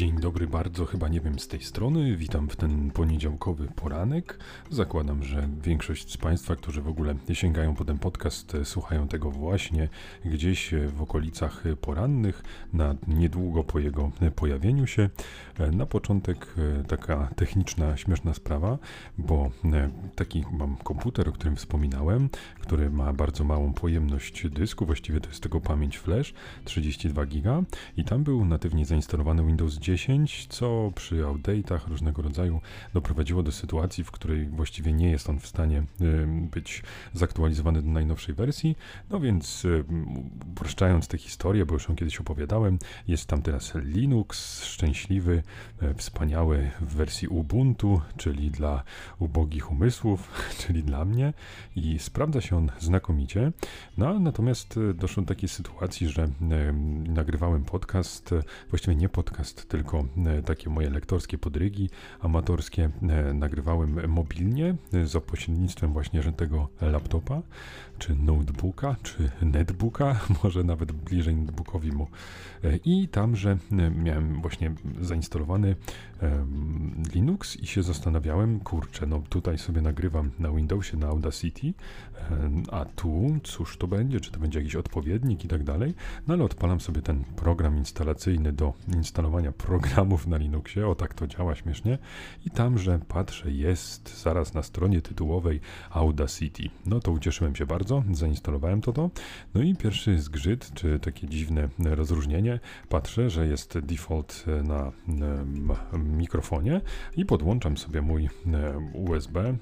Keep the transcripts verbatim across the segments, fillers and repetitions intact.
Dzień dobry bardzo, chyba nie wiem z tej strony. Witam w ten poniedziałkowy poranek. Zakładam, że większość z Państwa, którzy w ogóle nie sięgają po ten podcast, słuchają tego właśnie gdzieś w okolicach porannych, na niedługo po jego pojawieniu się. Na początek taka techniczna, śmieszna sprawa, bo taki mam komputer, o którym wspominałem, który ma bardzo małą pojemność dysku, właściwie to jest tego pamięć flash, trzydzieści dwa giga i tam był natywnie zainstalowany Windows dziesięć, co przy update'ach różnego rodzaju doprowadziło do sytuacji, w której właściwie nie jest on w stanie y, być zaktualizowany do najnowszej wersji. No więc y, upraszczając tę historię, bo już ją kiedyś opowiadałem, jest tam teraz Linux szczęśliwy, y, wspaniały w wersji Ubuntu, czyli dla ubogich umysłów, czyli dla mnie, i sprawdza się on znakomicie. No natomiast y, doszło do takiej sytuacji, że y, nagrywałem podcast, y, właściwie nie podcast, tylko e, takie moje lektorskie podrygi amatorskie e, nagrywałem mobilnie e, za pośrednictwem właśnie że tego laptopa, czy notebooka, czy netbooka, może nawet bliżej netbookowi mu. E, I tam, że e, miałem właśnie zainstalowany e, Linux i się zastanawiałem, kurczę, no tutaj sobie nagrywam na Windowsie, na Audacity, e, a tu cóż to będzie, czy to będzie jakiś odpowiednik i tak dalej, no ale odpalam sobie ten program instalacyjny do instalowania programów na Linuxie, o tak to działa śmiesznie, i tam, że patrzę, jest zaraz na stronie tytułowej Audacity. No to ucieszyłem się bardzo, zainstalowałem to to, no i pierwszy zgrzyt, czy takie dziwne rozróżnienie, patrzę, że jest default na e, mikrofonie i podłączam sobie mój e, U S B,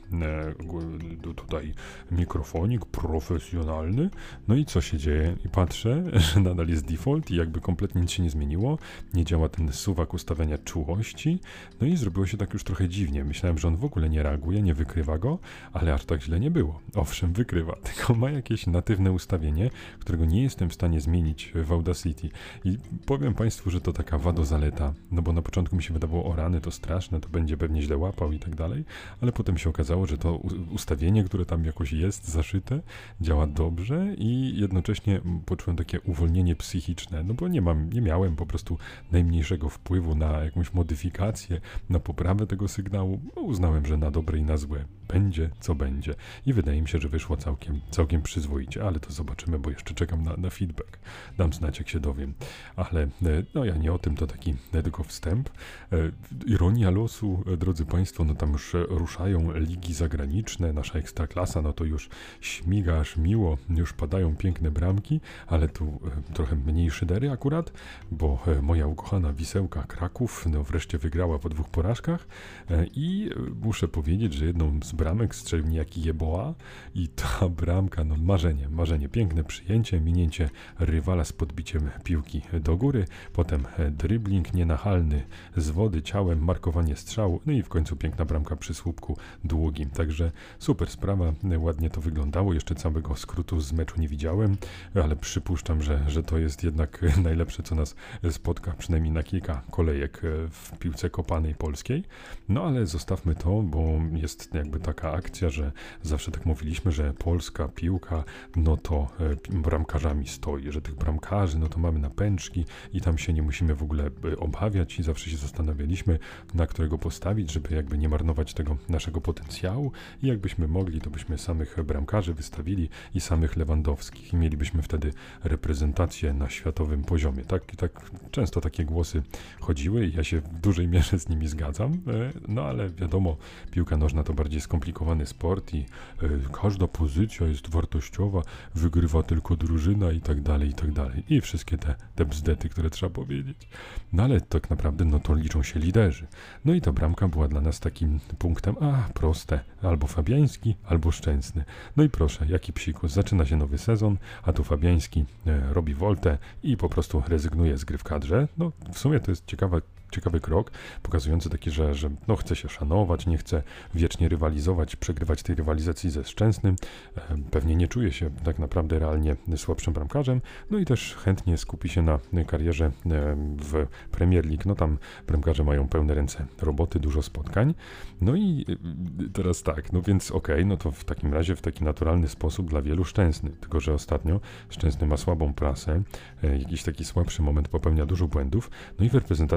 e, tutaj mikrofonik profesjonalny, no i co się dzieje? I patrzę, że nadal jest default i jakby kompletnie nic się nie zmieniło, nie działa ten suwak ustawiania czułości, no i zrobiło się tak już trochę dziwnie. Myślałem, że on w ogóle nie reaguje, nie wykrywa go, ale aż tak źle nie było. Owszem, wykrywa, tylko ma jakieś natywne ustawienie, którego nie jestem w stanie zmienić w Audacity. I powiem Państwu, że to taka wado-zaleta, no bo na początku mi się wydawało, o rany, to straszne, to będzie pewnie źle łapał i tak dalej, ale potem się okazało, że to ustawienie, które tam jakoś jest zaszyte, działa dobrze i jednocześnie poczułem takie uwolnienie psychiczne, no bo nie mam, nie miałem po prostu najmniejszego wpływu na jakąś modyfikację, na poprawę tego sygnału. No, uznałem, że na dobre i na złe będzie co będzie. I wydaje mi się, że wyszło całkiem, całkiem przyzwoicie, ale to zobaczymy, bo jeszcze czekam na, na feedback. Dam znać, jak się dowiem. Ale no ja nie o tym, to taki tylko wstęp. E, ironia losu, drodzy Państwo, no tam już ruszają ligi zagraniczne, nasza ekstraklasa, no to już śmiga aż miło, już padają piękne bramki, ale tu e, trochę mniej szydery akurat, bo e, moja ukochana Wisełka Kraków no wreszcie wygrała po dwóch porażkach e, i e, muszę powiedzieć, że jedną z bramek strzelił niejaki Jeboa i ta bramka, no marzenie, marzenie, piękne przyjęcie, minięcie rywala z podbiciem piłki do góry, potem dribbling nienachalny z wody ciałem, markowanie strzału, no i w końcu piękna bramka przy słupku długim, także super sprawa, ładnie to wyglądało, jeszcze całego skrótu z meczu nie widziałem, ale przypuszczam, że, że to jest jednak najlepsze, co nas spotka, przynajmniej na kilka kolejek w piłce kopanej polskiej, no ale zostawmy to, bo jest jakby taka akcja, że zawsze tak mówiliśmy, że polska piłka, no to e, bramkarzami stoi, że tych bramkarzy, no to mamy na pęczki i tam się nie musimy w ogóle e, obawiać i zawsze się zastanawialiśmy, na którego postawić, żeby jakby nie marnować tego naszego potencjału i jakbyśmy mogli, to byśmy samych bramkarzy wystawili i samych Lewandowskich i mielibyśmy wtedy reprezentację na światowym poziomie. Tak, tak często takie głosy chodziły i ja się w dużej mierze z nimi zgadzam, e, no ale wiadomo, piłka nożna to bardziej skomplikowany sport i e, każda pozycja jest wartościowa, wygrywa tylko drużyna i tak dalej, i tak dalej. I wszystkie te, te bzdety, które trzeba powiedzieć. No ale tak naprawdę no to liczą się liderzy. No i ta bramka była dla nas takim punktem, a proste, albo Fabiański, albo Szczęsny. No i proszę, jaki psikus, zaczyna się nowy sezon, a tu Fabiański e, robi woltę i po prostu rezygnuje z gry w kadrze. No w sumie to jest ciekawa Ciekawy krok, pokazujący taki, że, że no chce się szanować, nie chce wiecznie rywalizować, przegrywać tej rywalizacji ze Szczęsnym. E, pewnie nie czuje się tak naprawdę realnie słabszym bramkarzem, no i też chętnie skupi się na karierze e, w Premier League. No tam bramkarze mają pełne ręce roboty, dużo spotkań. No i e, teraz tak, no więc okej, okay, no to w takim razie w taki naturalny sposób dla wielu Szczęsny, tylko że ostatnio Szczęsny ma słabą prasę, e, jakiś taki słabszy moment, popełnia dużo błędów, no i w reprezentacji tak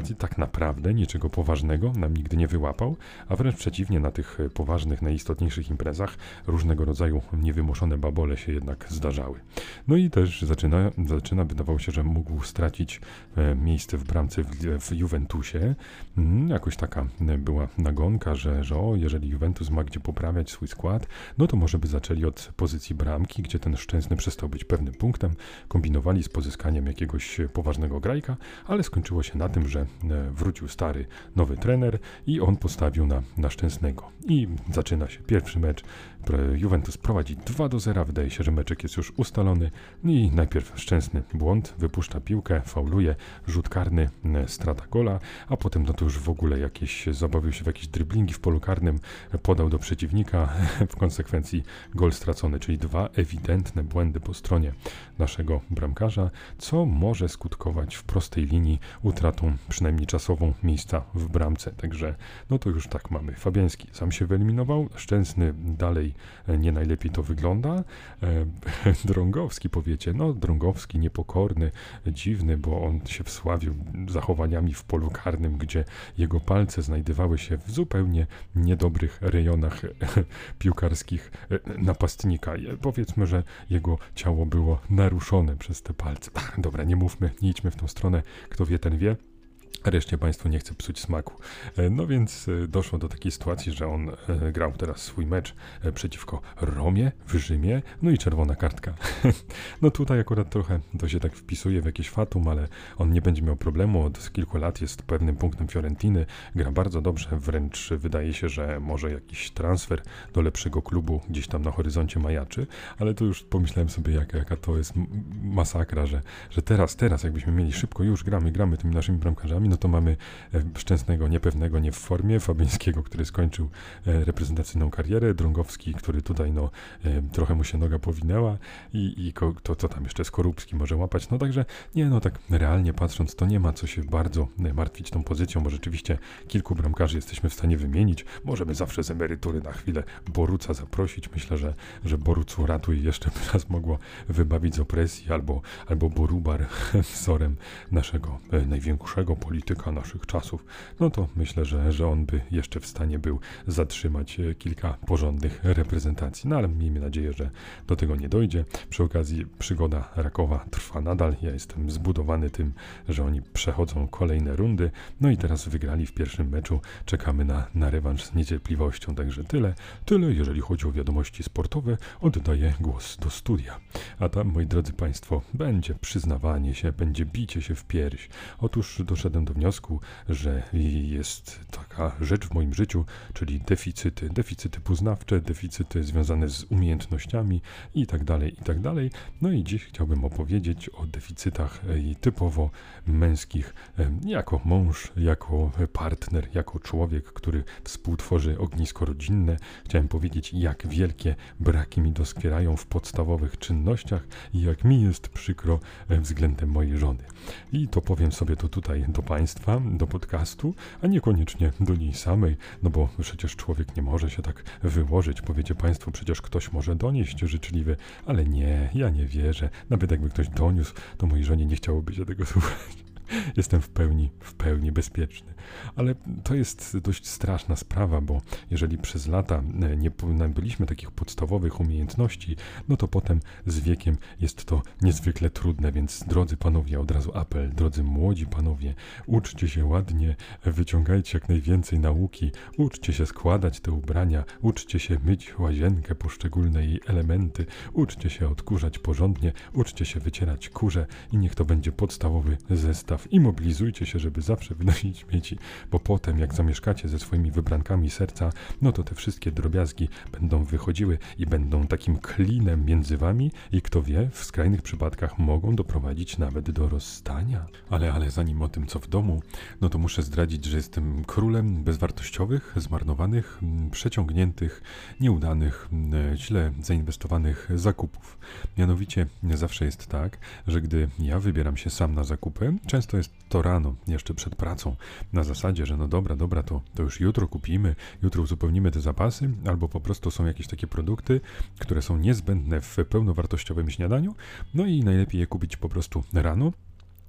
naprawdę, niczego poważnego nam nigdy nie wyłapał, a wręcz przeciwnie, na tych poważnych, najistotniejszych imprezach różnego rodzaju niewymuszone babole się jednak zdarzały. No i też zaczyna, zaczyna wydawało się, że mógł stracić e, miejsce w bramce w, w Juventusie. Mm, jakoś taka była nagonka, że, że o, jeżeli Juventus ma gdzie poprawiać swój skład, no to może by zaczęli od pozycji bramki, gdzie ten Szczęsny przestał być pewnym punktem, kombinowali z pozyskaniem jakiegoś poważnego grajka, ale skończyło się na tym, że wrócił stary, nowy trener i on postawił na, na Szczęsnego. I zaczyna się pierwszy mecz. Juventus prowadzi dwa do zera, wydaje się, że meczek jest już ustalony i najpierw Szczęsny błąd, wypuszcza piłkę, fauluje, rzut karny, strata gola, a potem no to już w ogóle jakieś, zabawił się w jakieś driblingi w polu karnym, podał do przeciwnika, w konsekwencji gol stracony, czyli dwa ewidentne błędy po stronie naszego bramkarza, co może skutkować w prostej linii utratą przynajmniej czasową miejsca w bramce. Także no to już tak mamy. Fabiański sam się wyeliminował, Szczęsny dalej nie najlepiej to wygląda. E, Drągowski powiecie, no Drągowski niepokorny, dziwny, bo on się wsławił zachowaniami w polu karnym, gdzie jego palce znajdowały się w zupełnie niedobrych rejonach piłkarskich napastnika. Powiedzmy, że jego ciało było naruszone przez te palce. Ach, dobra, nie mówmy, nie idźmy w tą stronę, kto wie, ten wie. Reszcie Państwu nie chce psuć smaku. No więc doszło do takiej sytuacji, że on grał teraz swój mecz przeciwko Romie w Rzymie, no i czerwona kartka. No tutaj akurat trochę to się tak wpisuje w jakieś fatum, ale on nie będzie miał problemu, od kilku lat jest pewnym punktem Fiorentiny, gra bardzo dobrze, wręcz wydaje się, że może jakiś transfer do lepszego klubu gdzieś tam na horyzoncie majaczy, ale to już pomyślałem sobie, jaka, jaka to jest masakra, że, że teraz, teraz jakbyśmy mieli szybko, już gramy, gramy tymi naszymi bramkarzami, no to mamy Szczęsnego, niepewnego, nie w formie, Fabińskiego, który skończył e, reprezentacyjną karierę, Drągowski, który tutaj no e, trochę mu się noga powinęła i, i ko, to co tam jeszcze Skorupski może łapać, no także nie, no tak realnie patrząc, to nie ma co się bardzo martwić tą pozycją, bo rzeczywiście kilku bramkarzy jesteśmy w stanie wymienić, możemy zawsze z emerytury na chwilę Boruca zaprosić, myślę, że, że Boruc ratuj jeszcze by nas mogło wybawić z opresji, albo, albo Borubar wzorem naszego e, największego polityka naszych czasów, no to myślę, że, że on by jeszcze w stanie był zatrzymać kilka porządnych reprezentacji. No ale miejmy nadzieję, że do tego nie dojdzie. Przy okazji przygoda Rakowa trwa nadal. Ja jestem zbudowany tym, że oni przechodzą kolejne rundy. No i teraz wygrali w pierwszym meczu. Czekamy na, na rewanż z niecierpliwością. Także tyle. Tyle, jeżeli chodzi o wiadomości sportowe. Oddaję głos do studia. A tam, moi drodzy Państwo, będzie przyznawanie się, będzie bicie się w pierś. Otóż doszedłem do wniosku, że jest taka rzecz w moim życiu, czyli deficyty, deficyty poznawcze, deficyty związane z umiejętnościami i tak dalej, i tak dalej. No i dziś chciałbym opowiedzieć o deficytach typowo męskich, jako mąż, jako partner, jako człowiek, który współtworzy ognisko rodzinne. Chciałem powiedzieć, jak wielkie braki mi doskwierają w podstawowych czynnościach i jak mi jest przykro względem mojej żony. I to powiem sobie to tutaj do Państwa, do podcastu, a niekoniecznie do niej samej, no bo przecież człowiek nie może się tak wyłożyć. Powiecie Państwo, przecież ktoś może donieść życzliwy, ale nie, ja nie wierzę. Nawet jakby ktoś doniósł, to mojej żonie nie chciałoby się tego słuchać. Jestem w pełni, w pełni bezpieczny. Ale to jest dość straszna sprawa, bo jeżeli przez lata nie nabyliśmy takich podstawowych umiejętności, no to potem z wiekiem jest to niezwykle trudne, więc drodzy panowie, od razu apel, drodzy młodzi panowie, uczcie się ładnie, wyciągajcie jak najwięcej nauki, uczcie się składać te ubrania, uczcie się myć łazienkę, poszczególne jej elementy, uczcie się odkurzać porządnie, uczcie się wycierać kurze i niech to będzie podstawowy zestaw i mobilizujcie się, żeby zawsze wynosić śmieci, bo potem jak zamieszkacie ze swoimi wybrankami serca, no to te wszystkie drobiazgi będą wychodziły i będą takim klinem między wami i kto wie, w skrajnych przypadkach mogą doprowadzić nawet do rozstania. Ale, ale zanim o tym co w domu, no to muszę zdradzić, że jestem królem bezwartościowych, zmarnowanych, przeciągniętych, nieudanych, źle zainwestowanych zakupów. Mianowicie zawsze jest tak, że gdy ja wybieram się sam na zakupy, często jest to rano, jeszcze przed pracą, na zasadzie, że no dobra, dobra, to, to już jutro kupimy, jutro uzupełnimy te zapasy, albo po prostu są jakieś takie produkty, które są niezbędne w pełnowartościowym śniadaniu, no i najlepiej je kupić po prostu rano.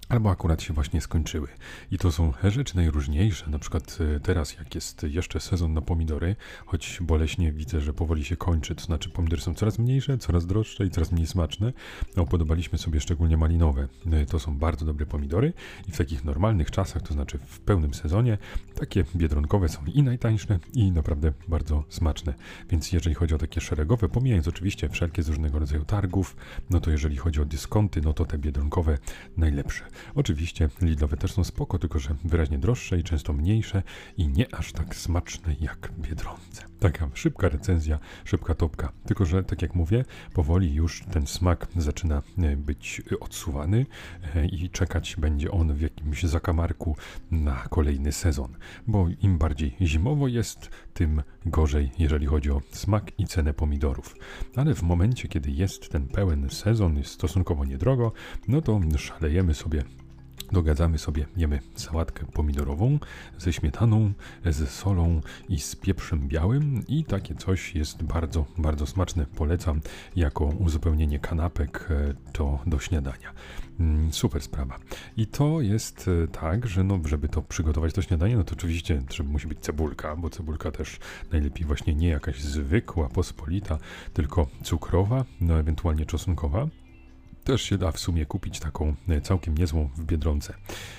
albo akurat się właśnie skończyły. I to są rzeczy najróżniejsze, na przykład teraz jak jest jeszcze sezon na pomidory, choć boleśnie widzę, że powoli się kończy, to znaczy pomidory są coraz mniejsze, coraz droższe i coraz mniej smaczne. No, podobaliśmy sobie szczególnie malinowe. To są bardzo dobre pomidory i w takich normalnych czasach, to znaczy w pełnym sezonie, takie biedronkowe są i najtańsze i naprawdę bardzo smaczne. Więc jeżeli chodzi o takie szeregowe, pomijając oczywiście wszelkie z różnego rodzaju targów, no to jeżeli chodzi o dyskonty, no to te biedronkowe najlepsze. Oczywiście Lidlowe też są spoko, tylko że wyraźnie droższe i często mniejsze i nie aż tak smaczne jak w Biedronce. Taka szybka recenzja, szybka topka. Tylko że tak jak mówię, powoli już ten smak zaczyna być odsuwany i czekać będzie on w jakimś zakamarku na kolejny sezon. Bo im bardziej zimowo jest, tym gorzej, jeżeli chodzi o smak i cenę pomidorów. Ale w momencie, kiedy jest ten pełen sezon, jest stosunkowo niedrogo, no to szalejemy sobie, dogadzamy sobie, jemy sałatkę pomidorową ze śmietaną, z solą i z pieprzem białym i takie coś jest bardzo, bardzo smaczne. Polecam jako uzupełnienie kanapek to do śniadania. Super sprawa. I to jest tak, że no, żeby to przygotować do śniadania, no to oczywiście żeby musi być cebulka, bo cebulka też najlepiej właśnie nie jakaś zwykła, pospolita, tylko cukrowa, no ewentualnie czosnkowa. Też się da w sumie kupić taką całkiem niezłą w Biedronce.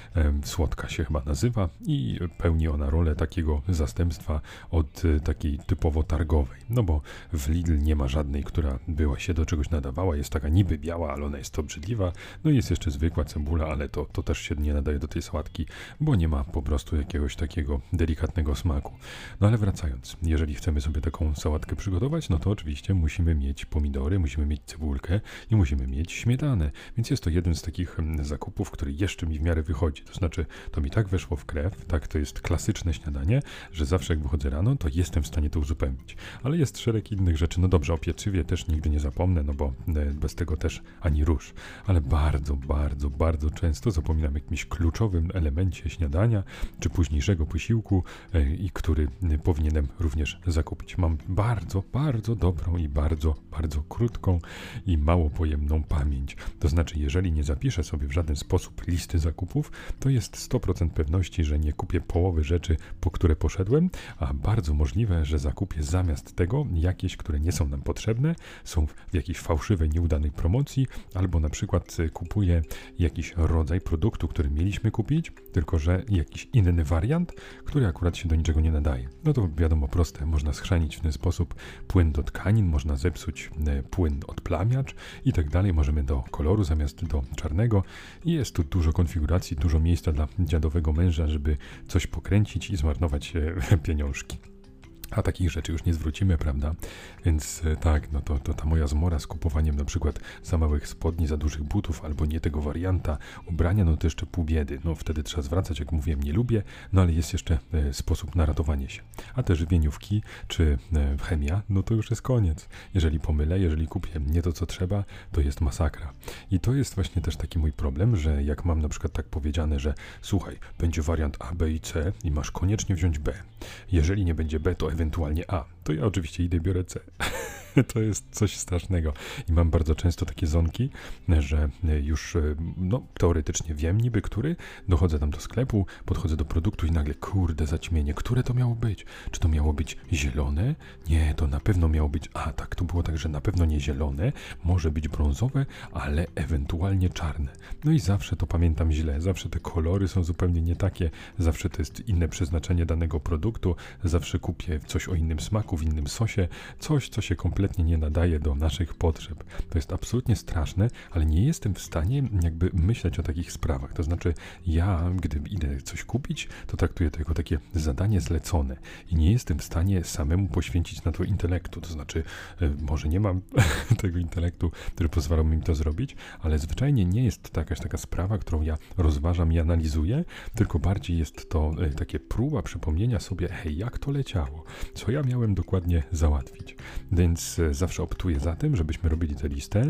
Słodka się chyba nazywa i pełni ona rolę takiego zastępstwa od takiej typowo targowej. No bo w Lidl nie ma żadnej, która była się do czegoś nadawała. Jest taka niby biała, ale ona jest obrzydliwa. No i jest jeszcze zwykła cebula, ale to, to też się nie nadaje do tej sałatki, bo nie ma po prostu jakiegoś takiego delikatnego smaku. No ale wracając, jeżeli chcemy sobie taką sałatkę przygotować, no to oczywiście musimy mieć pomidory, musimy mieć cebulkę i musimy mieć śmietanę. Więc jest to jeden z takich zakupów, który jeszcze mi w miarę wychodzi. To znaczy, to mi tak weszło w krew, tak to jest klasyczne śniadanie, że zawsze jak wychodzę rano, to jestem w stanie to uzupełnić. Ale jest szereg innych rzeczy. No dobrze, o pieczywie też nigdy nie zapomnę, no bo bez tego też ani rusz. Ale bardzo, bardzo, bardzo często zapominam o jakimś kluczowym elemencie śniadania, czy późniejszego posiłku, i który powinienem również zakupić. Mam bardzo, bardzo dobrą i bardzo, bardzo krótką i mało pojemną pamięć. To znaczy, jeżeli nie zapiszę sobie w żaden sposób listy zakupów, to jest sto procent pewności, że nie kupię połowy rzeczy, po które poszedłem, a bardzo możliwe, że zakupię zamiast tego jakieś, które nie są nam potrzebne, są w jakiejś fałszywej, nieudanej promocji, albo na przykład kupuję jakiś rodzaj produktu, który mieliśmy kupić, tylko że jakiś inny wariant, który akurat się do niczego nie nadaje. No to wiadomo, proste, można schrzanić w ten sposób płyn do tkanin, można zepsuć płyn odplamiacz i tak dalej, możemy do koloru zamiast do czarnego i jest tu dużo konfiguracji, dużo miejsca dla dziadowego męża, żeby coś pokręcić i zmarnować pieniążki. A takich rzeczy już nie zwrócimy, prawda? Więc tak, no to, to ta moja zmora z kupowaniem na przykład za małych spodni, za dużych butów, albo nie tego warianta ubrania, no to jeszcze pół biedy. No wtedy trzeba zwracać, jak mówiłem, nie lubię, no ale jest jeszcze e, sposób na ratowanie się. A te żywieniówki, czy e, chemia, no to już jest koniec. Jeżeli pomylę, jeżeli kupię nie to, co trzeba, to jest masakra. I to jest właśnie też taki mój problem, że jak mam na przykład tak powiedziane, że słuchaj, będzie wariant A, B i C i masz koniecznie wziąć B. Jeżeli nie będzie B, to ewentualnie A. To ja oczywiście idę, biorę C. To jest coś strasznego. I mam bardzo często takie zonki, że już no, teoretycznie wiem niby który, dochodzę tam do sklepu, podchodzę do produktu i nagle kurde zaćmienie, które to miało być? Czy to miało być zielone? Nie, to na pewno miało być, a tak, to było tak, że na pewno nie zielone, może być brązowe, ale ewentualnie czarne. No i zawsze to pamiętam źle, zawsze te kolory są zupełnie nie takie, zawsze to jest inne przeznaczenie danego produktu, zawsze kupię coś o innym smaku, w innym sosie, coś, co się kompletnie nie nadaje do naszych potrzeb. To jest absolutnie straszne, ale nie jestem w stanie jakby myśleć o takich sprawach. To znaczy ja, gdy idę coś kupić, to traktuję to jako takie zadanie zlecone i nie jestem w stanie samemu poświęcić na to intelektu. To znaczy y, może nie mam tego intelektu, który pozwala mi to zrobić, ale zwyczajnie nie jest to jakaś taka sprawa, którą ja rozważam i analizuję, tylko bardziej jest to y, takie próba przypomnienia sobie, hej, jak to leciało? Co ja miałem dokładnie załatwić? Więc zawsze optuję za tym, żebyśmy robili tę listę,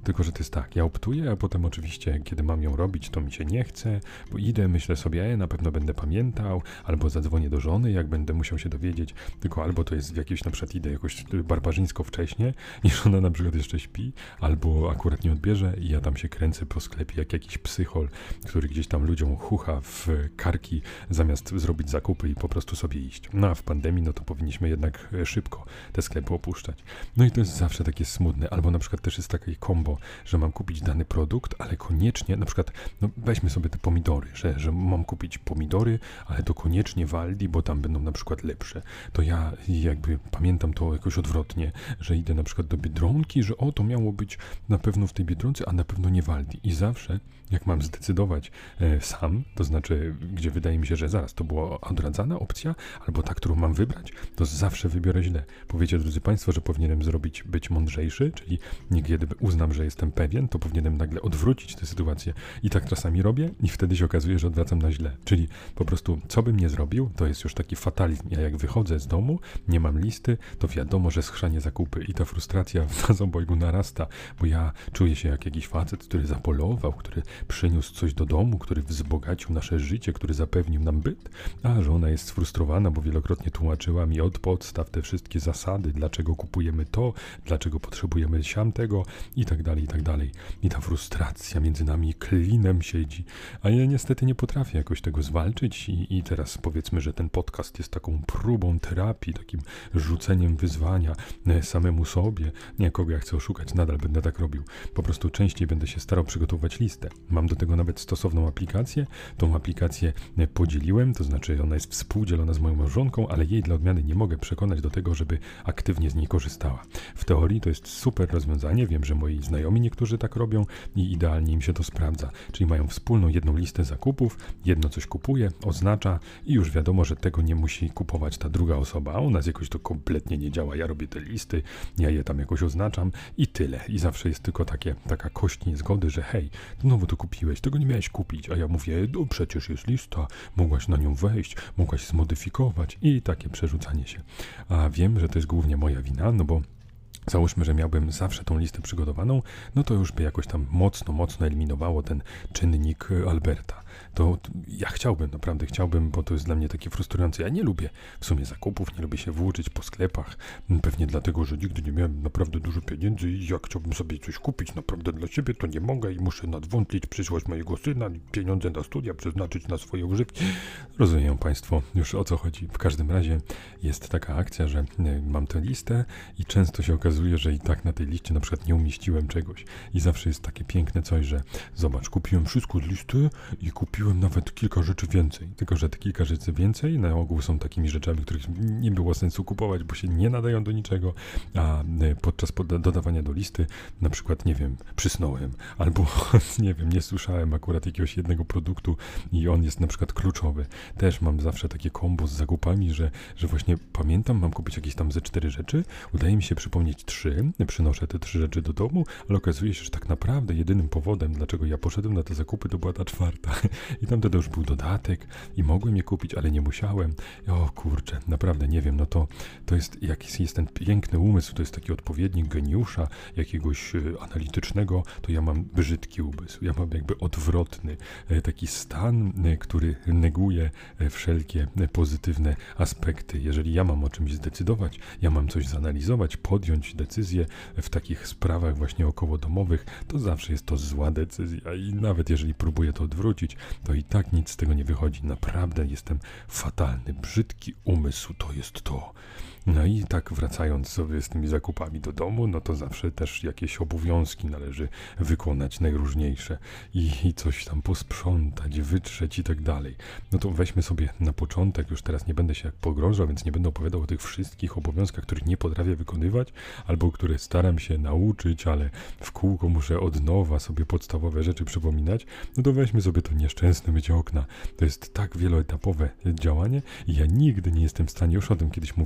Tylko że to jest tak, ja optuję, a potem oczywiście, kiedy mam ją robić, to mi się nie chce, bo idę, myślę sobie, e, na pewno będę pamiętał, albo zadzwonię do żony, jak będę musiał się dowiedzieć, tylko albo to jest w jakieś, na przykład idę jakoś barbarzyńsko wcześnie, niż ona na przykład jeszcze śpi, albo akurat nie odbierze i ja tam się kręcę po sklepie jak jakiś psychol, który gdzieś tam ludziom chucha w karki, zamiast zrobić zakupy i po prostu sobie iść. No a w pandemii, no to powinniśmy jednak szybko te sklepy opuszczać. No i to jest zawsze takie smutne, albo na przykład też jest takie kombo, że mam kupić dany produkt, ale koniecznie, na przykład, no weźmy sobie te pomidory, że, że mam kupić pomidory, ale to koniecznie w Aldi, bo tam będą na przykład lepsze. To ja jakby pamiętam to jakoś odwrotnie, że idę na przykład do Biedronki, że o, to miało być na pewno w tej Biedronce, a na pewno nie w Aldi. I zawsze, jak mam zdecydować e, sam, to znaczy, gdzie wydaje mi się, że zaraz to była odradzana opcja, albo ta, którą mam wybrać, to zawsze wybiorę źle. Powiecie, drodzy Państwo, że powinienem zrobić, być mądrzejszy, czyli niekiedy uznam, że jestem pewien, to powinienem nagle odwrócić tę sytuację. I tak czasami robię i wtedy się okazuje, że odwracam na źle. Czyli po prostu, co bym nie zrobił, to jest już taki fatalizm. Ja jak wychodzę z domu, nie mam listy, to wiadomo, że schrzanię zakupy i ta frustracja w nas obojgu narasta, bo ja czuję się jak jakiś facet, który zapolował, który przyniósł coś do domu, który wzbogacił nasze życie, który zapewnił nam byt, a żona jest sfrustrowana, bo wielokrotnie tłumaczyła mi od podstaw te wszystkie zasady, dlaczego kupujemy to, dlaczego potrzebujemy siamtego i tak dalej, i tak dalej. I ta frustracja między nami klinem siedzi, a ja niestety nie potrafię jakoś tego zwalczyć i, i teraz powiedzmy, że ten podcast jest taką próbą terapii, takim rzuceniem wyzwania samemu sobie. Nie, kogo ja chcę oszukać, nadal będę tak robił. Po prostu częściej będę się starał przygotować listę. Mam do tego nawet stosowną aplikację. Tą aplikację podzieliłem, to znaczy ona jest współdzielona z moją małżonką, ale jej dla odmiany nie mogę przekonać do tego, żeby aktywnie z niej korzystała. W teorii to jest super rozwiązanie, wiem, że moi znajomi niektórzy tak robią i idealnie im się to sprawdza. Czyli mają wspólną jedną listę zakupów, jedno coś kupuje, oznacza i już wiadomo, że tego nie musi kupować ta druga osoba, a u nas jakoś to kompletnie nie działa. Ja robię te listy, ja je tam jakoś oznaczam i tyle. I zawsze jest tylko takie, taka kość niezgody, że hej, znowu to kupiłeś, tego nie miałeś kupić, a ja mówię, no przecież jest lista, mogłaś na nią wejść, mogłaś zmodyfikować i takie przerzucanie się. A wiem, że to jest głównie moja wina, no bo załóżmy, że miałbym zawsze tą listę przygotowaną, no to już by jakoś tam mocno, mocno eliminowało ten czynnik Alberta. To ja chciałbym, naprawdę chciałbym, bo to jest dla mnie takie frustrujące. Ja nie lubię w sumie zakupów, nie lubię się włóczyć po sklepach, pewnie dlatego, że nigdy nie miałem naprawdę dużo pieniędzy i jak chciałbym sobie coś kupić naprawdę dla siebie, to nie mogę i muszę nadwątlić przyszłość mojego syna, pieniądze na studia przeznaczyć na swoje używki. Rozumieją Państwo już, o co chodzi. W każdym razie jest taka akcja, że mam tę listę i często się okazuje, że i tak na tej liście na przykład nie umieściłem czegoś i zawsze jest takie piękne coś, że zobacz, kupiłem wszystko z listy i kupiłem nawet kilka rzeczy więcej. Tylko że te kilka rzeczy więcej na ogół są takimi rzeczami, których nie było sensu kupować, bo się nie nadają do niczego, a podczas dodawania do listy na przykład, nie wiem, przysnąłem, albo nie wiem, nie słyszałem akurat jakiegoś jednego produktu i on jest na przykład kluczowy. Też mam zawsze takie kombo z zakupami, że, że właśnie pamiętam, mam kupić jakieś tam ze cztery rzeczy, udaje mi się przypomnieć trzy, przynoszę te trzy rzeczy do domu, ale okazuje się, że tak naprawdę jedynym powodem, dlaczego ja poszedłem na te zakupy, to była ta czwarta. I tam wtedy już był dodatek i mogłem je kupić, ale nie musiałem. O kurczę, naprawdę nie wiem, no to, to jest jakiś jest ten piękny umysł, to jest taki odpowiednik geniusza, jakiegoś e, analitycznego, to ja mam brzydki umysł, ja mam jakby odwrotny, e, taki stan, e, który neguje e, wszelkie e, pozytywne aspekty. Jeżeli ja mam o czymś zdecydować, ja mam coś zanalizować, podjąć decyzję w takich sprawach właśnie okołodomowych, to zawsze jest to zła decyzja i nawet jeżeli próbuję to odwrócić, to i tak nic z tego nie wychodzi. Naprawdę jestem fatalny, brzydki umysł, to jest to. No i tak wracając sobie z tymi zakupami do domu, no to zawsze też jakieś obowiązki należy wykonać najróżniejsze i, i coś tam posprzątać, wytrzeć i tak dalej. No to weźmy sobie na początek, już teraz nie będę się jak pogrążał, więc nie będę opowiadał o tych wszystkich obowiązkach, których nie potrafię wykonywać, albo które staram się nauczyć, ale w kółko muszę od nowa sobie podstawowe rzeczy przypominać. No to weźmy sobie to nieszczęsne mycie okna. To jest tak wieloetapowe działanie i ja nigdy nie jestem w stanie, już o tym kiedyś mówiłem, ale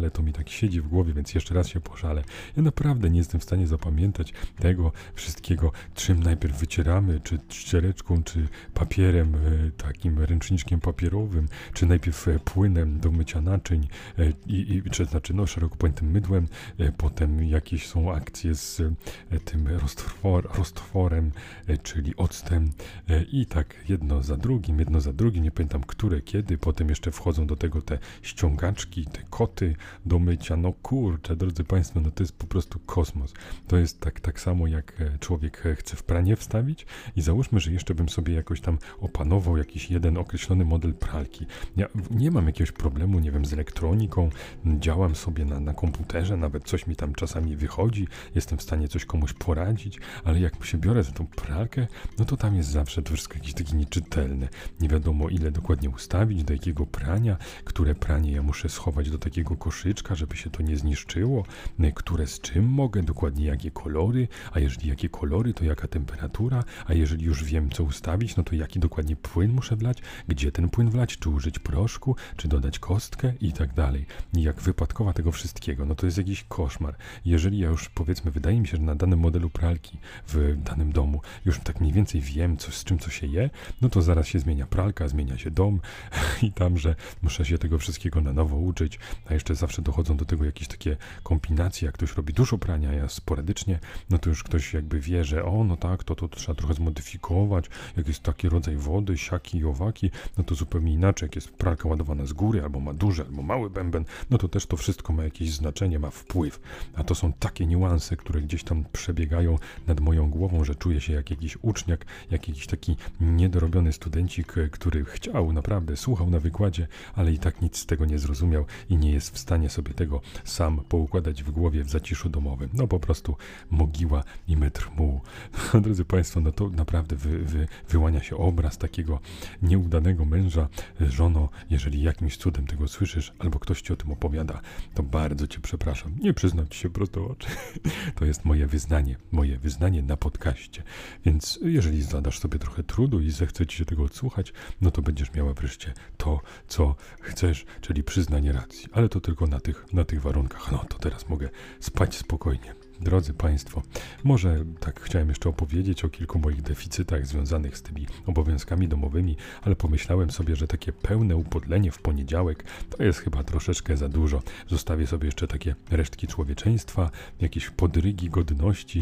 ale to mi tak siedzi w głowie, więc jeszcze raz się pożalę. Ja naprawdę nie jestem w stanie zapamiętać tego wszystkiego, czym najpierw wycieramy, czy ściereczką, czy papierem, takim ręczniczkiem papierowym, czy najpierw płynem do mycia naczyń, i, i, czy znaczy no, szeroko pojętym mydłem, potem jakieś są akcje z tym roztwor, roztworem, czyli octem i tak jedno za drugim, jedno za drugim, nie pamiętam które, kiedy, potem jeszcze wchodzą do tego te ściągaczki, te koty do mycia, no kurczę, drodzy Państwo, no to jest po prostu kosmos. To jest tak, tak samo jak człowiek chce w pranie wstawić i załóżmy, że jeszcze bym sobie jakoś tam opanował jakiś jeden określony model pralki. Ja nie mam jakiegoś problemu, nie wiem, z elektroniką, działam sobie na, na komputerze, nawet coś mi tam czasami wychodzi, jestem w stanie coś komuś poradzić, ale jak się biorę za tą pralkę, no to tam jest zawsze to wszystko jakieś takie nieczytelne. Nie wiadomo ile dokładnie ustawić, do jakiego prania, które pranie ja muszę schować do takiego koszyczka, żeby się to nie zniszczyło, które z czym mogę, dokładnie jakie kolory, a jeżeli jakie kolory, to jaka temperatura, a jeżeli już wiem co ustawić, no to jaki dokładnie płyn muszę wlać, gdzie ten płyn wlać, czy użyć proszku, czy dodać kostkę i tak dalej. I jak wypadkowa tego wszystkiego, no to jest jakiś koszmar. Jeżeli ja już powiedzmy, wydaje mi się, że na danym modelu pralki w danym domu już tak mniej więcej wiem, co, z czym co się je, no to zaraz się zmienia pralka, zmienia się dom i tam, że muszę się tego wszystkiego na nowo uczyć, a jeszcze zawsze dochodzą do tego jakieś takie kombinacje, jak ktoś robi dużo prania, ja sporadycznie, no to już ktoś jakby wie, że o, no tak, to, to trzeba trochę zmodyfikować, jak jest taki rodzaj wody, siaki i owaki, no to zupełnie inaczej, jak jest pralka ładowana z góry, albo ma duży, albo mały bęben, no to też to wszystko ma jakieś znaczenie, ma wpływ, a to są takie niuanse, które gdzieś tam przebiegają nad moją głową, że czuję się jak jakiś uczniak, jak jakiś taki niedorobiony studencik, który chciał, naprawdę, słuchał na wykładzie, ale i tak nic z tego nie zrozumiał i nie jest w stanie sobie tego sam poukładać w głowie w zaciszu domowym. No po prostu mogiła i metr mułu. No, drodzy Państwo, no to naprawdę wy, wy, wyłania się obraz takiego nieudanego męża. Żono, jeżeli jakimś cudem tego słyszysz, albo ktoś Ci o tym opowiada, to bardzo Cię przepraszam. Nie przyznam Ci się prosto w oczy. To jest moje wyznanie, moje wyznanie na podcaście. Więc jeżeli zadasz sobie trochę trudu i zechce Ci się tego odsłuchać, no to będziesz miała wreszcie to, co chcesz, czyli przyznanie racji. Ale to tylko na tych, na tych warunkach. No to teraz mogę spać spokojnie. Drodzy Państwo, może tak chciałem jeszcze opowiedzieć o kilku moich deficytach związanych z tymi obowiązkami domowymi, ale pomyślałem sobie, że takie pełne upodlenie w poniedziałek to jest chyba troszeczkę za dużo. Zostawię sobie jeszcze takie resztki człowieczeństwa, jakieś podrygi godności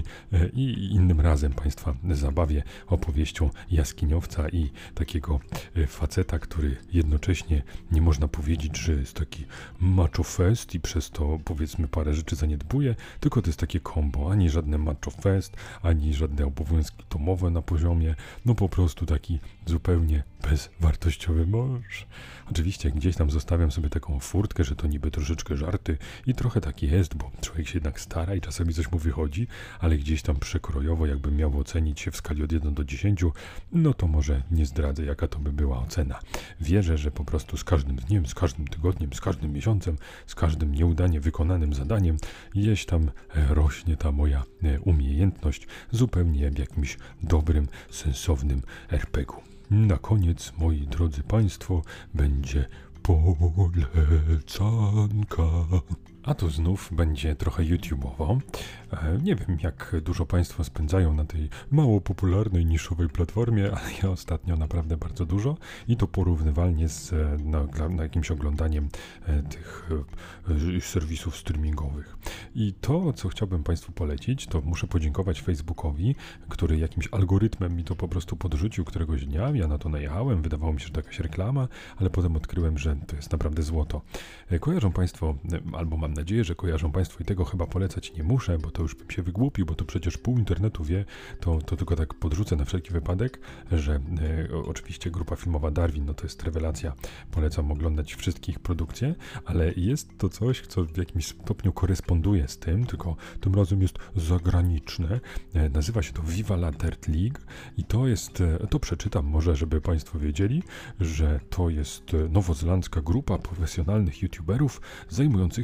i innym razem Państwa zabawię opowieścią jaskiniowca i takiego faceta, który jednocześnie nie można powiedzieć, że jest taki macho fest i przez to powiedzmy parę rzeczy zaniedbuje, tylko to jest takie kombo, ani żadne macho fest, ani żadne obowiązki domowe na poziomie, no po prostu taki zupełnie bezwartościowy mąż. Oczywiście gdzieś tam zostawiam sobie taką furtkę, że to niby troszeczkę żarty i trochę tak jest, bo człowiek się jednak stara i czasami coś mu wychodzi, ale gdzieś tam przekrojowo, jakbym miał ocenić się w skali od jeden do dziesięciu, no to może nie zdradzę, jaka to by była ocena. Wierzę, że po prostu z każdym dniem, z każdym tygodniem, z każdym miesiącem, z każdym nieudanie wykonanym zadaniem gdzieś tam rośnie ta moja umiejętność zupełnie w jakimś dobrym, sensownym er pe gu. Na koniec, moi drodzy Państwo, będzie polecanka. A tu znów będzie trochę YouTube'owo. E, nie wiem, jak dużo Państwo spędzają na tej mało popularnej, niszowej platformie, ale ja ostatnio naprawdę bardzo dużo i to porównywalnie z na, na jakimś oglądaniem e, tych e, serwisów streamingowych. I to, co chciałbym Państwu polecić, to muszę podziękować Facebookowi, który jakimś algorytmem mi to po prostu podrzucił któregoś dnia. Ja na to najechałem, wydawało mi się, że to jakaś reklama, ale potem odkryłem, że to jest naprawdę złoto. E, kojarzą Państwo, e, albo mam nadzieję, że kojarzą Państwo i tego chyba polecać nie muszę, bo to już bym się wygłupił, bo to przecież pół internetu wie, to, to tylko tak podrzucę na wszelki wypadek, że e, oczywiście grupa filmowa Darwin, no to jest rewelacja, polecam oglądać wszystkich produkcje, ale jest to coś, co w jakimś stopniu koresponduje z tym, tylko tym razem jest zagraniczne, e, nazywa się to Viva la Dirt League i to jest, e, to przeczytam może, żeby Państwo wiedzieli, że to jest nowozelandzka grupa profesjonalnych youtuberów zajmujących się sketchami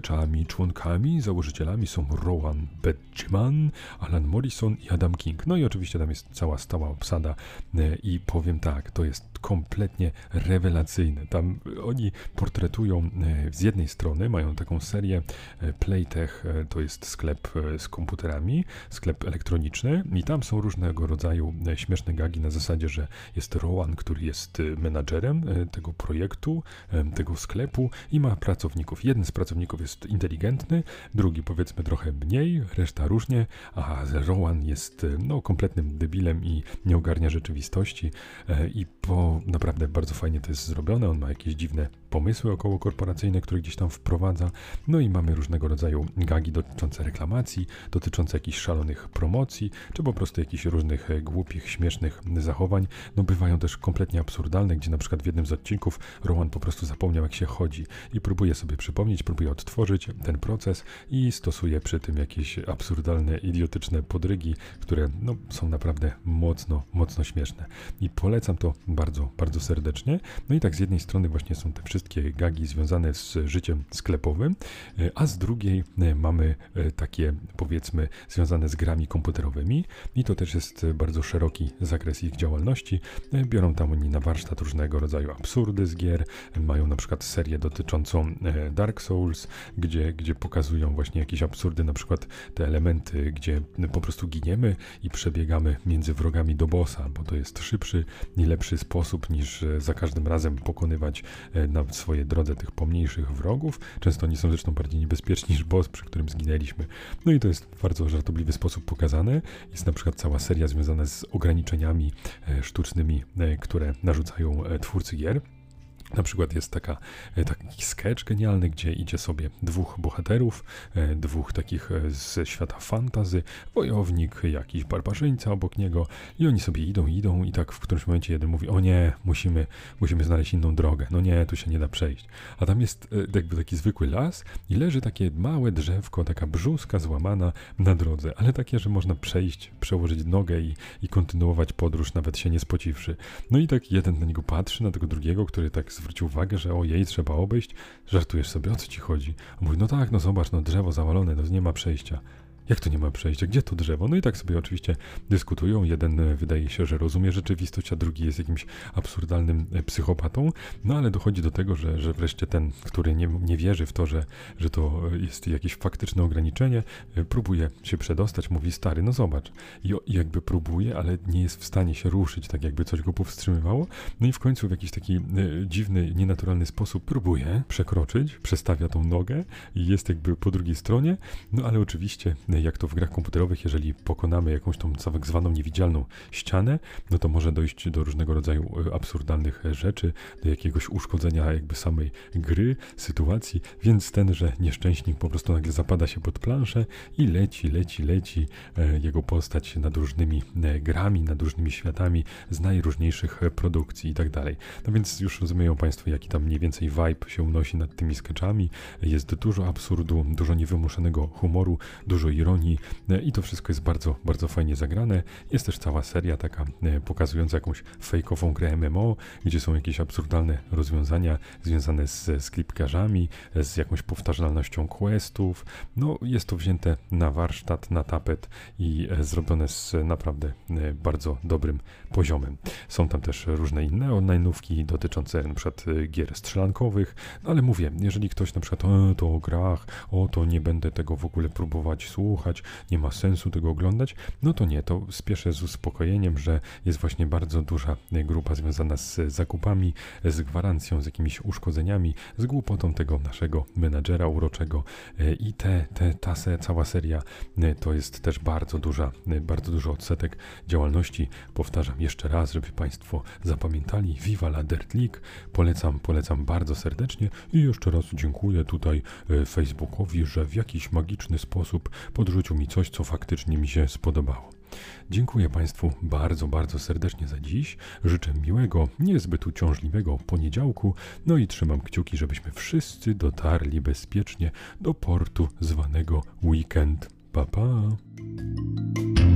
rzeczami, członkami, założycielami są Rowan Benjamin, Alan Morrison i Adam King. No i oczywiście tam jest cała stała obsada i powiem tak, to jest kompletnie rewelacyjne. Tam oni portretują z jednej strony, mają taką serię Playtech, to jest sklep z komputerami, sklep elektroniczny i tam są różnego rodzaju śmieszne gagi na zasadzie, że jest Rowan, który jest menadżerem tego projektu, tego sklepu i ma pracowników. Jeden z pracowników jest inteligentny, drugi powiedzmy trochę mniej, reszta różnie, a Rowan jest no, kompletnym debilem i nie ogarnia rzeczywistości i po naprawdę bardzo fajnie to jest zrobione. On ma jakieś dziwne pomysły okołokorporacyjne, które gdzieś tam wprowadza. No i mamy różnego rodzaju gagi dotyczące reklamacji, dotyczące jakichś szalonych promocji, czy po prostu jakichś różnych głupich, śmiesznych zachowań. No bywają też kompletnie absurdalne, gdzie na przykład w jednym z odcinków Rowan po prostu zapomniał, jak się chodzi i próbuje sobie przypomnieć, próbuje odtworzyć ten proces i stosuje przy tym jakieś absurdalne, idiotyczne podrygi, które no, są naprawdę mocno, mocno śmieszne. I polecam to bardzo, bardzo serdecznie. No i tak z jednej strony właśnie są te wszystkie gagi związane z życiem sklepowym, a z drugiej mamy takie powiedzmy związane z grami komputerowymi i to też jest bardzo szeroki zakres ich działalności. Biorą tam oni na warsztat różnego rodzaju absurdy z gier, mają na przykład serię dotyczącą Dark Souls, gdzie, gdzie pokazują właśnie jakieś absurdy, na przykład te elementy, gdzie po prostu giniemy i przebiegamy między wrogami do bossa, bo to jest szybszy i lepszy sposób niż za każdym razem pokonywać na swojej drodze tych pomniejszych wrogów. Często oni są zresztą bardziej niebezpieczni niż boss, przy którym zginęliśmy. No i to jest w bardzo żartobliwy sposób pokazane. Jest na przykład cała seria związana z ograniczeniami e, sztucznymi, e, które narzucają e, twórcy gier. Na przykład jest taka, taki sketch genialny, gdzie idzie sobie dwóch bohaterów, dwóch takich ze świata fantasy, wojownik, jakiś barbarzyńca obok niego i oni sobie idą, idą i tak w którymś momencie jeden mówi, o nie, musimy, musimy znaleźć inną drogę, no nie, tu się nie da przejść. A tam jest jakby taki zwykły las i leży takie małe drzewko, taka brzuska złamana na drodze, ale takie, że można przejść, przełożyć nogę i, i kontynuować podróż, nawet się nie spociwszy. No i tak jeden na niego patrzy, na tego drugiego, który tak zwrócił uwagę, że ojej, trzeba obejść. Żartujesz sobie, o co ci chodzi? On mówi, no tak, no zobacz, no drzewo zawalone, no nie ma przejścia. Jak to nie ma przejścia? Gdzie to drzewo? No i tak sobie oczywiście dyskutują. Jeden wydaje się, że rozumie rzeczywistość, a drugi jest jakimś absurdalnym psychopatą. No ale dochodzi do tego, że, że wreszcie ten, który nie, nie wierzy w to, że, że to jest jakieś faktyczne ograniczenie, próbuje się przedostać, mówi, stary, no zobacz. I, I jakby próbuje, ale nie jest w stanie się ruszyć, tak jakby coś go powstrzymywało. No i w końcu w jakiś taki e, dziwny, nienaturalny sposób próbuje przekroczyć, przestawia tą nogę i jest jakby po drugiej stronie. No ale oczywiście jak to w grach komputerowych, jeżeli pokonamy jakąś tą tak zwaną niewidzialną ścianę, no to może dojść do różnego rodzaju absurdalnych rzeczy, do jakiegoś uszkodzenia jakby samej gry, sytuacji, więc tenże nieszczęśnik po prostu nagle zapada się pod planszę i leci, leci, leci e, jego postać nad różnymi e, grami, nad różnymi światami z najróżniejszych e, produkcji i tak dalej. No więc już rozumieją Państwo, jaki tam mniej więcej vibe się unosi nad tymi sketchami. Jest dużo absurdu, dużo niewymuszonego humoru, dużo ironii i to wszystko jest bardzo, bardzo fajnie zagrane. Jest też cała seria taka e, pokazująca jakąś fejkową grę M M O, gdzie są jakieś absurdalne rozwiązania związane z sklipkarzami, z jakąś powtarzalnością questów. No jest to wzięte na warsztat, na tapet i e, zrobione z naprawdę e, bardzo dobrym poziomem. Są tam też różne inne online'ówki dotyczące na przykład e, gier strzelankowych, no ale mówię, jeżeli ktoś na przykład o, to o grach, o to nie będę tego w ogóle próbować słuchać, nie ma sensu tego oglądać, no to nie, to spieszę z uspokojeniem, że jest właśnie bardzo duża grupa związana z zakupami, z gwarancją, z jakimiś uszkodzeniami, z głupotą tego naszego menadżera uroczego i te, te, ta se, cała seria to jest też bardzo duża, bardzo duży odsetek działalności. Powtarzam jeszcze raz, żeby Państwo zapamiętali, Viva la Dirt League, polecam, polecam bardzo serdecznie i jeszcze raz dziękuję tutaj Facebookowi, że w jakiś magiczny sposób podrzucił mi coś, co faktycznie mi się spodobało. Dziękuję Państwu bardzo, bardzo serdecznie za dziś. Życzę miłego, niezbyt uciążliwego poniedziałku, no i trzymam kciuki, żebyśmy wszyscy dotarli bezpiecznie do portu zwanego weekend. Pa, pa!